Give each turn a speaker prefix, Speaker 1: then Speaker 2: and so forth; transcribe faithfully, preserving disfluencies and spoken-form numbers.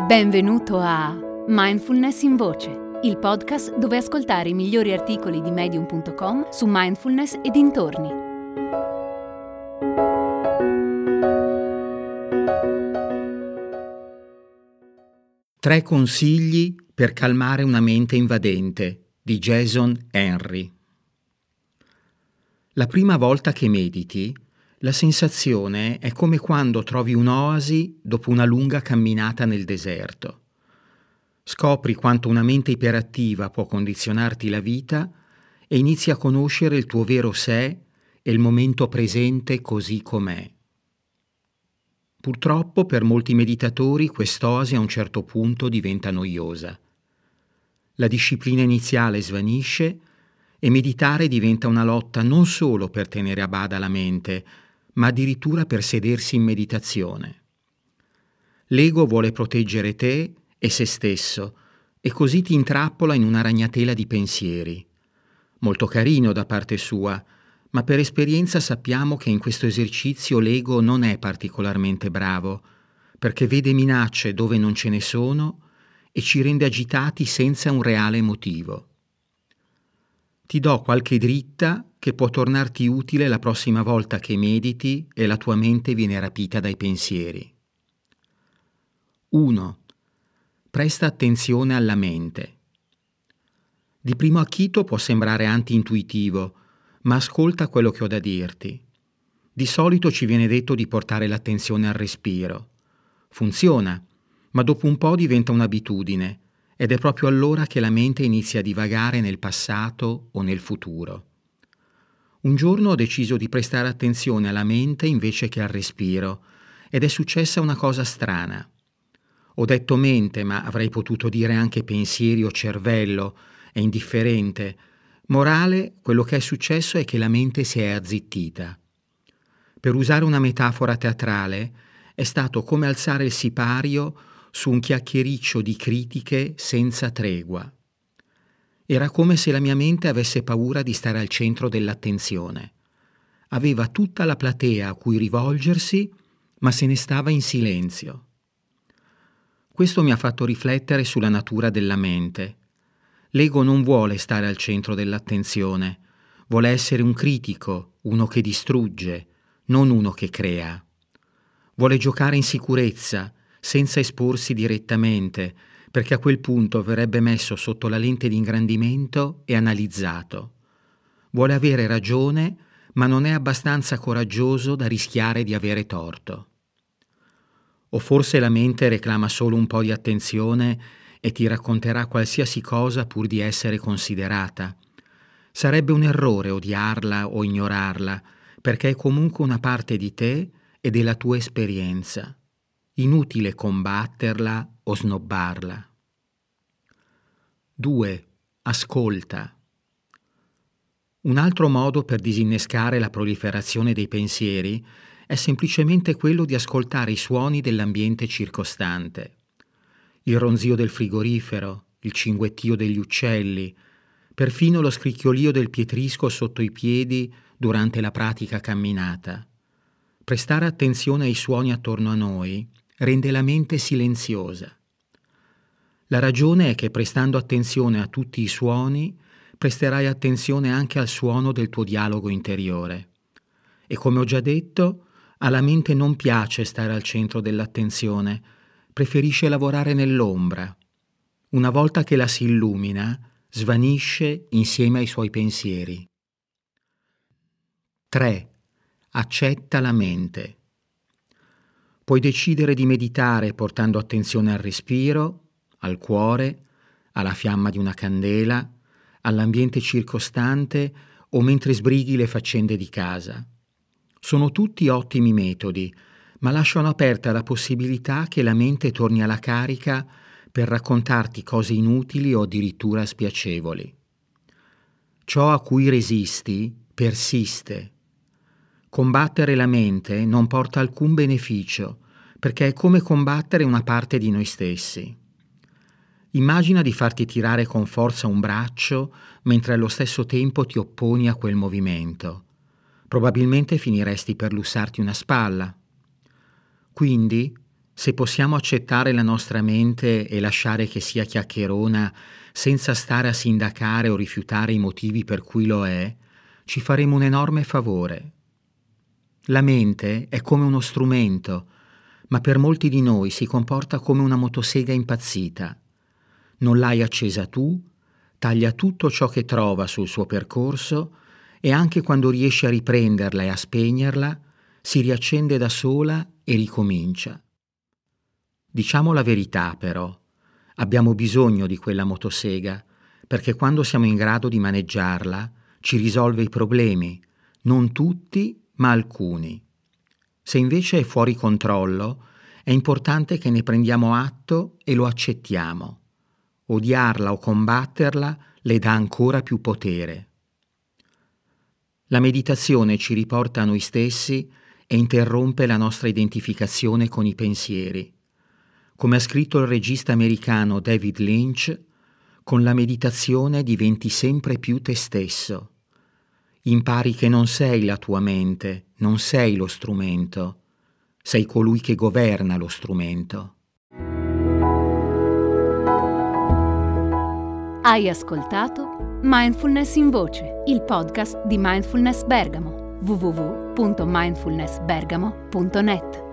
Speaker 1: Benvenuto a Mindfulness in Voce, il podcast dove ascoltare i migliori articoli di medium punto com su mindfulness e dintorni.
Speaker 2: Tre consigli per calmare una mente invadente di Jason Henry. La prima volta che mediti, la sensazione è come quando trovi un'oasi dopo una lunga camminata nel deserto. Scopri quanto una mente iperattiva può condizionarti la vita e inizi a conoscere il tuo vero sé e il momento presente così com'è. Purtroppo per molti meditatori quest'oasi a un certo punto diventa noiosa. La disciplina iniziale svanisce e meditare diventa una lotta non solo per tenere a bada la mente, ma addirittura per sedersi in meditazione. L'ego vuole proteggere te e se stesso e così ti intrappola in una ragnatela di pensieri. Molto carino da parte sua, ma per esperienza sappiamo che in questo esercizio l'ego non è particolarmente bravo, perché vede minacce dove non ce ne sono e ci rende agitati senza un reale motivo. Ti do qualche dritta che può tornarti utile la prossima volta che mediti e la tua mente viene rapita dai pensieri. uno. Presta attenzione alla mente. Di primo acchito può sembrare anti-intuitivo, ma ascolta quello che ho da dirti. Di solito ci viene detto di portare l'attenzione al respiro. Funziona, ma dopo un po' diventa un'abitudine ed è proprio allora che la mente inizia a divagare nel passato o nel futuro. Un giorno ho deciso di prestare attenzione alla mente invece che al respiro ed è successa una cosa strana. Ho detto mente, ma avrei potuto dire anche pensieri o cervello, è indifferente. Morale, quello che è successo è che la mente si è azzittita. Per usare una metafora teatrale, è stato come alzare il sipario su un chiacchiericcio di critiche senza tregua. Era come se la mia mente avesse paura di stare al centro dell'attenzione. Aveva tutta la platea a cui rivolgersi, ma se ne stava in silenzio. Questo mi ha fatto riflettere sulla natura della mente. L'ego non vuole stare al centro dell'attenzione, vuole essere un critico, uno che distrugge, non uno che crea. Vuole giocare in sicurezza, senza esporsi direttamente, perché a quel punto verrebbe messo sotto la lente di ingrandimento e analizzato. Vuole avere ragione, ma non è abbastanza coraggioso da rischiare di avere torto. O forse la mente reclama solo un po' di attenzione e ti racconterà qualsiasi cosa pur di essere considerata. Sarebbe un errore odiarla o ignorarla, perché è comunque una parte di te e della tua esperienza. Inutile combatterla o snobbarla. due. Ascolta. Un altro modo per disinnescare la proliferazione dei pensieri è semplicemente quello di ascoltare i suoni dell'ambiente circostante. Il ronzio del frigorifero, il cinguettio degli uccelli, perfino lo scricchiolio del pietrisco sotto i piedi durante la pratica camminata. Prestare attenzione ai suoni attorno a noi rende la mente silenziosa. La ragione è che prestando attenzione a tutti i suoni, presterai attenzione anche al suono del tuo dialogo interiore. E come ho già detto, alla mente non piace stare al centro dell'attenzione, preferisce lavorare nell'ombra. Una volta che la si illumina, svanisce insieme ai suoi pensieri. tre. Accetta la mente. Puoi decidere di meditare portando attenzione al respiro, al cuore, alla fiamma di una candela, all'ambiente circostante o mentre sbrighi le faccende di casa. Sono tutti ottimi metodi, ma lasciano aperta la possibilità che la mente torni alla carica per raccontarti cose inutili o addirittura spiacevoli. Ciò a cui resisti persiste. Combattere la mente non porta alcun beneficio, perché è come combattere una parte di noi stessi. Immagina di farti tirare con forza un braccio mentre allo stesso tempo ti opponi a quel movimento. Probabilmente finiresti per lussarti una spalla. Quindi, Se possiamo accettare la nostra mente e lasciare che sia chiacchierona senza stare a sindacare o rifiutare i motivi per cui lo è, ci faremo un enorme favore. La mente è come uno strumento, ma per molti di noi si comporta come una motosega impazzita. Non l'hai accesa tu, taglia tutto ciò che trova sul suo percorso e anche quando riesce a riprenderla e a spegnerla, si riaccende da sola e ricomincia. Diciamo la verità però, abbiamo bisogno di quella motosega, perché quando siamo in grado di maneggiarla ci risolve i problemi, non tutti ma alcuni. Se invece è fuori controllo, è importante che ne prendiamo atto e lo accettiamo. Odiarla o combatterla le dà ancora più potere. La meditazione ci riporta a noi stessi e interrompe la nostra identificazione con i pensieri. Come ha scritto il regista americano David Lynch, con la meditazione diventi sempre più te stesso. Impari che non sei la tua mente, non sei lo strumento, sei colui che governa lo strumento.
Speaker 1: Hai ascoltato Mindfulness in Voce, il podcast di Mindfulness Bergamo, w w w punto mindfulness bergamo punto net.